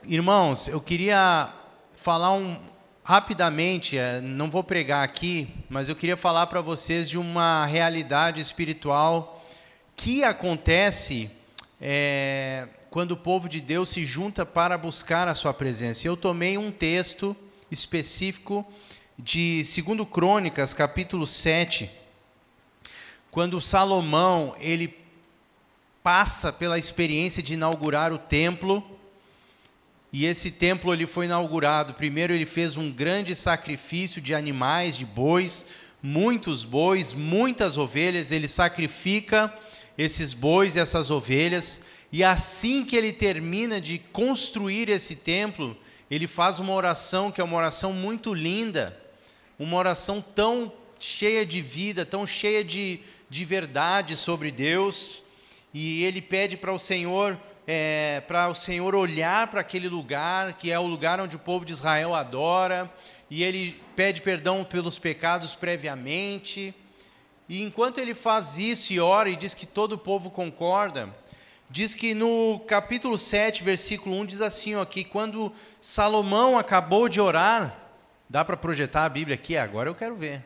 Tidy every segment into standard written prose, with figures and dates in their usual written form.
Irmãos, eu queria falar rapidamente, não vou pregar aqui, mas eu queria falar para vocês de uma realidade espiritual que acontece quando o povo de Deus se junta para buscar a sua presença. Eu tomei um texto específico de 2 Crônicas, capítulo 7, quando Salomão ele passa pela experiência de inaugurar o templo. E esse templo ele foi inaugurado. Primeiro ele fez um grande sacrifício de animais, de bois, muitas ovelhas. Ele sacrifica esses bois e essas ovelhas. E assim que ele termina de construir esse templo, ele faz uma oração que é uma oração muito linda, uma oração tão cheia de vida, tão cheia de verdade sobre Deus. E ele pede para o Senhor olhar para aquele lugar, que é o lugar onde o povo de Israel adora, e ele pede perdão pelos pecados previamente. E enquanto ele faz isso e ora, e diz que todo o povo concorda, diz que no capítulo 7, versículo 1, diz assim, ó, que quando Salomão acabou de orar, dá para projetar a Bíblia aqui? Agora eu quero ver.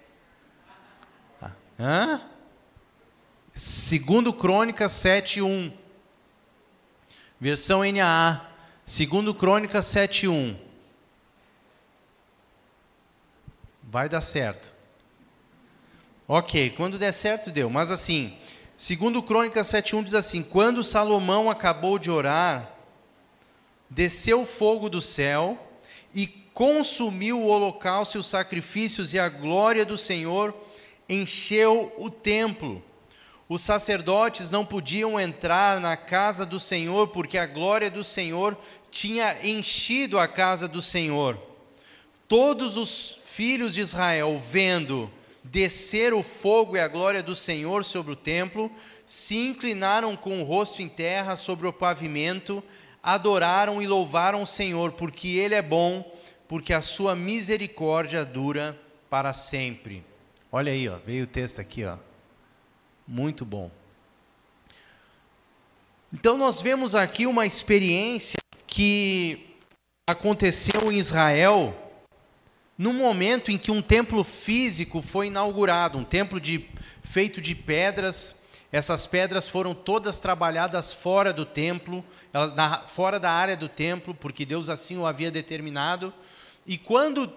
2 Crônicas 7, 1. Versão NAA, 2 Crônicas 7:1. Vai dar certo. Ok, quando der certo, deu. Mas assim, 2 Crônicas 7:1 diz assim: quando Salomão acabou de orar, desceu fogo do céu e consumiu o holocausto e os sacrifícios, e a glória do Senhor encheu o templo. Os sacerdotes não podiam entrar na casa do Senhor, porque a glória do Senhor tinha enchido a casa do Senhor. Todos os filhos de Israel, vendo descer o fogo e a glória do Senhor sobre o templo, se inclinaram com o rosto em terra sobre o pavimento, adoraram e louvaram o Senhor, porque Ele é bom, porque a sua misericórdia dura para sempre. Olha aí, ó, veio o texto aqui, ó. Muito bom. Então nós vemos aqui uma experiência que aconteceu em Israel no momento em que um templo físico foi inaugurado, um templo feito de pedras. Essas pedras foram todas trabalhadas fora do templo, fora da área do templo, porque Deus assim o havia determinado. E quando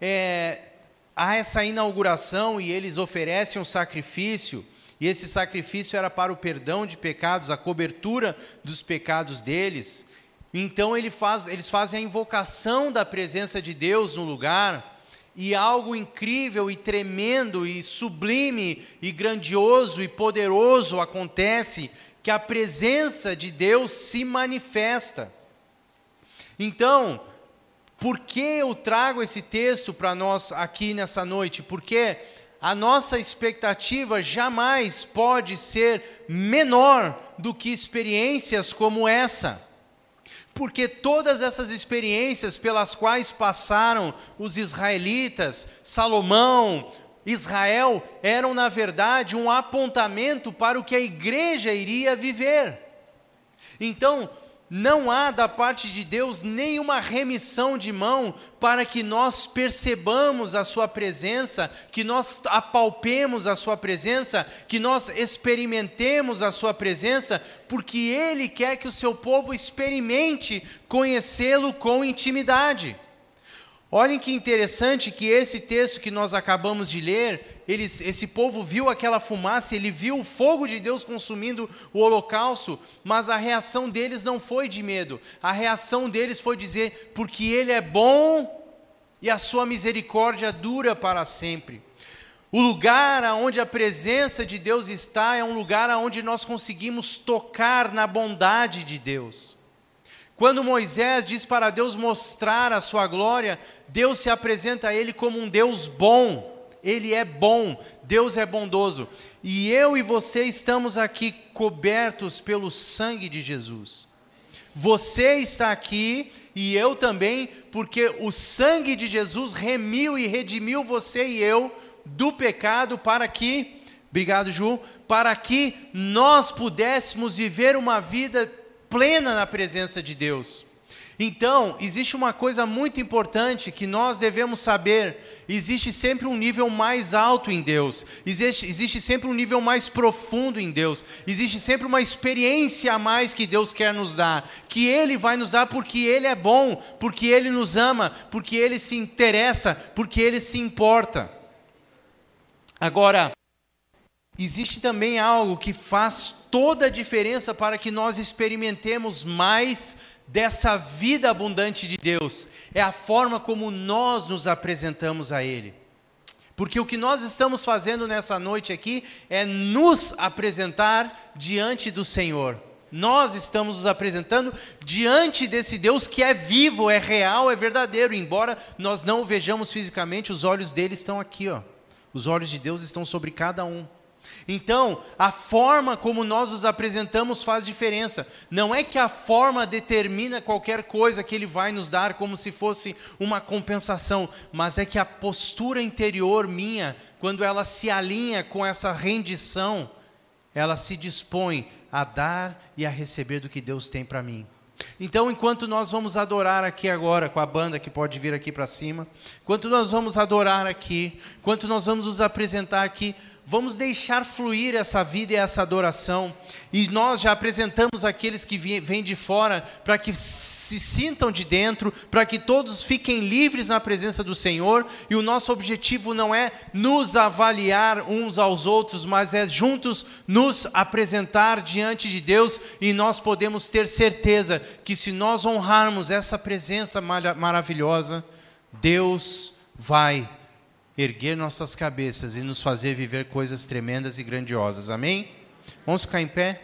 há essa inauguração e eles oferecem um sacrifício, e esse sacrifício era para o perdão de pecados, a cobertura dos pecados deles. Então eles fazem a invocação da presença de Deus no lugar, e algo incrível e tremendo e sublime e grandioso e poderoso acontece, que a presença de Deus se manifesta. Então, por que eu trago esse texto para nós aqui nessa noite? Porque a nossa expectativa jamais pode ser menor do que experiências como essa. Porque todas essas experiências pelas quais passaram os israelitas, Salomão, Israel, eram na verdade um apontamento para o que a igreja iria viver. Então, não há da parte de Deus nenhuma remissão de mão para que nós percebamos a sua presença, que nós apalpemos a sua presença, que nós experimentemos a sua presença, porque Ele quer que o seu povo experimente conhecê-lo com intimidade. Olhem que interessante que esse texto que nós acabamos de ler, esse povo viu aquela fumaça, ele viu o fogo de Deus consumindo o holocausto, mas a reação deles não foi de medo, a reação deles foi dizer, porque Ele é bom e a sua misericórdia dura para sempre. O lugar onde a presença de Deus está é um lugar onde nós conseguimos tocar na bondade de Deus. Quando Moisés diz para Deus mostrar a sua glória, Deus se apresenta a ele como um Deus bom. Ele é bom, Deus é bondoso. E eu e você estamos aqui cobertos pelo sangue de Jesus. Você está aqui e eu também, porque o sangue de Jesus remiu e redimiu você e eu do pecado para que, obrigado Ju, para que nós pudéssemos viver uma vida plena na presença de Deus. Então, existe uma coisa muito importante que nós devemos saber: existe sempre um nível mais alto em Deus, existe sempre um nível mais profundo em Deus, existe sempre uma experiência a mais que Deus quer nos dar, que Ele vai nos dar porque Ele é bom, porque Ele nos ama, porque Ele se interessa, porque Ele se importa. Agora, existe também algo que faz toda a diferença para que nós experimentemos mais dessa vida abundante de Deus. É a forma como nós nos apresentamos a Ele. Porque o que nós estamos fazendo nessa noite aqui é nos apresentar diante do Senhor. Nós estamos nos apresentando diante desse Deus que é vivo, é real, é verdadeiro. Embora nós não o vejamos fisicamente, os olhos dele estão aqui, ó. Os olhos de Deus estão sobre cada um. Então, a forma como nós nos apresentamos faz diferença. Não é que a forma determina qualquer coisa que Ele vai nos dar como se fosse uma compensação, mas é que a postura interior minha, quando ela se alinha com essa rendição, ela se dispõe a dar e a receber do que Deus tem para mim. Então, enquanto nós vamos adorar aqui agora, com a banda que pode vir aqui para cima, enquanto nós vamos adorar aqui, enquanto nós vamos nos apresentar aqui, vamos deixar fluir essa vida e essa adoração. E nós já apresentamos aqueles que vêm de fora, para que se sintam de dentro, para que todos fiquem livres na presença do Senhor. E o nosso objetivo não é nos avaliar uns aos outros, mas é juntos nos apresentar diante de Deus. E nós podemos ter certeza que se nós honrarmos essa presença maravilhosa, Deus vai erguer nossas cabeças e nos fazer viver coisas tremendas e grandiosas. Amém? Vamos ficar em pé?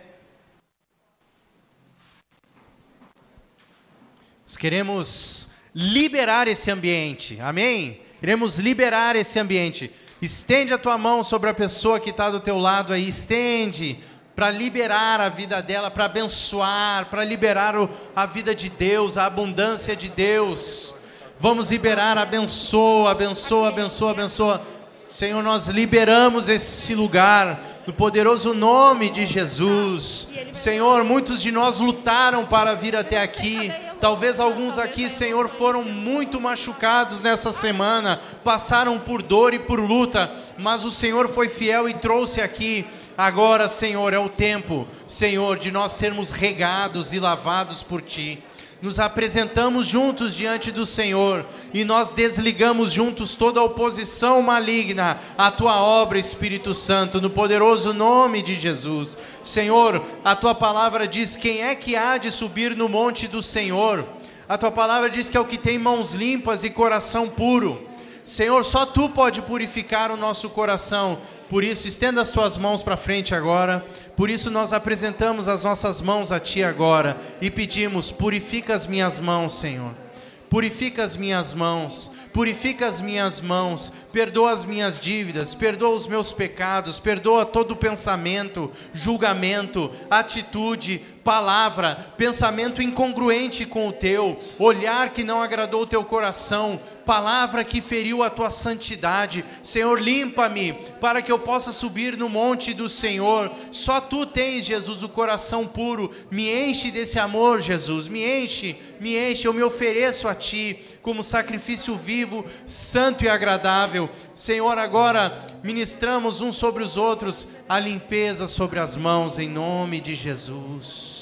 Nós queremos liberar esse ambiente. Amém? Queremos liberar esse ambiente. Estende a tua mão sobre a pessoa que está do teu lado aí. Estende para liberar a vida dela, para abençoar, para liberar a vida de Deus, a abundância de Deus. Vamos liberar, abençoa, abençoa, abençoa, abençoa. Senhor, nós liberamos esse lugar, no poderoso nome de Jesus. Senhor, muitos de nós lutaram para vir até aqui. Talvez alguns aqui, Senhor, foram muito machucados nessa semana, passaram por dor e por luta, mas o Senhor foi fiel e trouxe aqui. Agora, Senhor, é o tempo, Senhor, de nós sermos regados e lavados por Ti. Nos apresentamos juntos diante do Senhor e nós desligamos juntos toda a oposição maligna à Tua obra, Espírito Santo, no poderoso nome de Jesus. Senhor, a Tua palavra diz: quem é que há de subir no monte do Senhor? A Tua palavra diz que é o que tem mãos limpas e coração puro. Senhor, só Tu pode purificar o nosso coração. Por isso, estenda as Tuas mãos para frente agora. Por isso, nós apresentamos as nossas mãos a Ti agora e pedimos: purifica as minhas mãos, Senhor. Purifica as minhas mãos, purifica as minhas mãos, perdoa as minhas dívidas, perdoa os meus pecados, perdoa todo pensamento, julgamento, atitude, palavra, pensamento incongruente com o Teu, olhar que não agradou o Teu coração, palavra que feriu a Tua santidade. Senhor, limpa-me para que eu possa subir no monte do Senhor. Só Tu tens, Jesus, o coração puro. Me enche desse amor, Jesus, me enche, eu me ofereço a Ti como sacrifício vivo, santo e agradável. Senhor, agora ministramos uns sobre os outros a limpeza sobre as mãos, em nome de Jesus.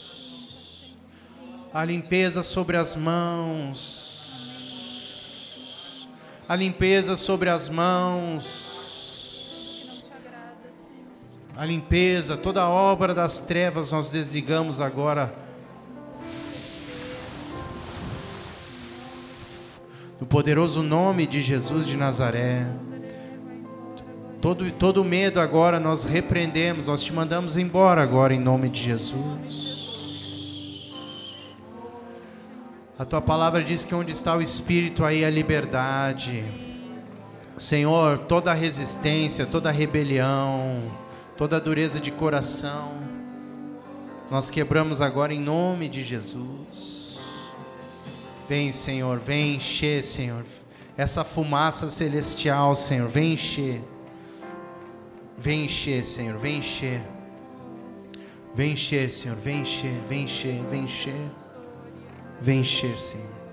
A limpeza sobre as mãos. A limpeza sobre as mãos. A limpeza, toda a obra das trevas nós desligamos agora. No poderoso nome de Jesus de Nazaré. Todo medo agora nós repreendemos, nós Te mandamos embora agora em nome de Jesus. A Tua palavra diz que onde está o Espírito, aí a liberdade. Senhor, toda resistência, toda rebelião, toda dureza de coração, nós quebramos agora em nome de Jesus. Vem, Senhor, vem encher, Senhor, essa fumaça celestial, Senhor, vem encher. Vem encher, Senhor, vem encher. Vem encher, Senhor, vem encher, vem encher, vem encher. Vem encher, Senhor.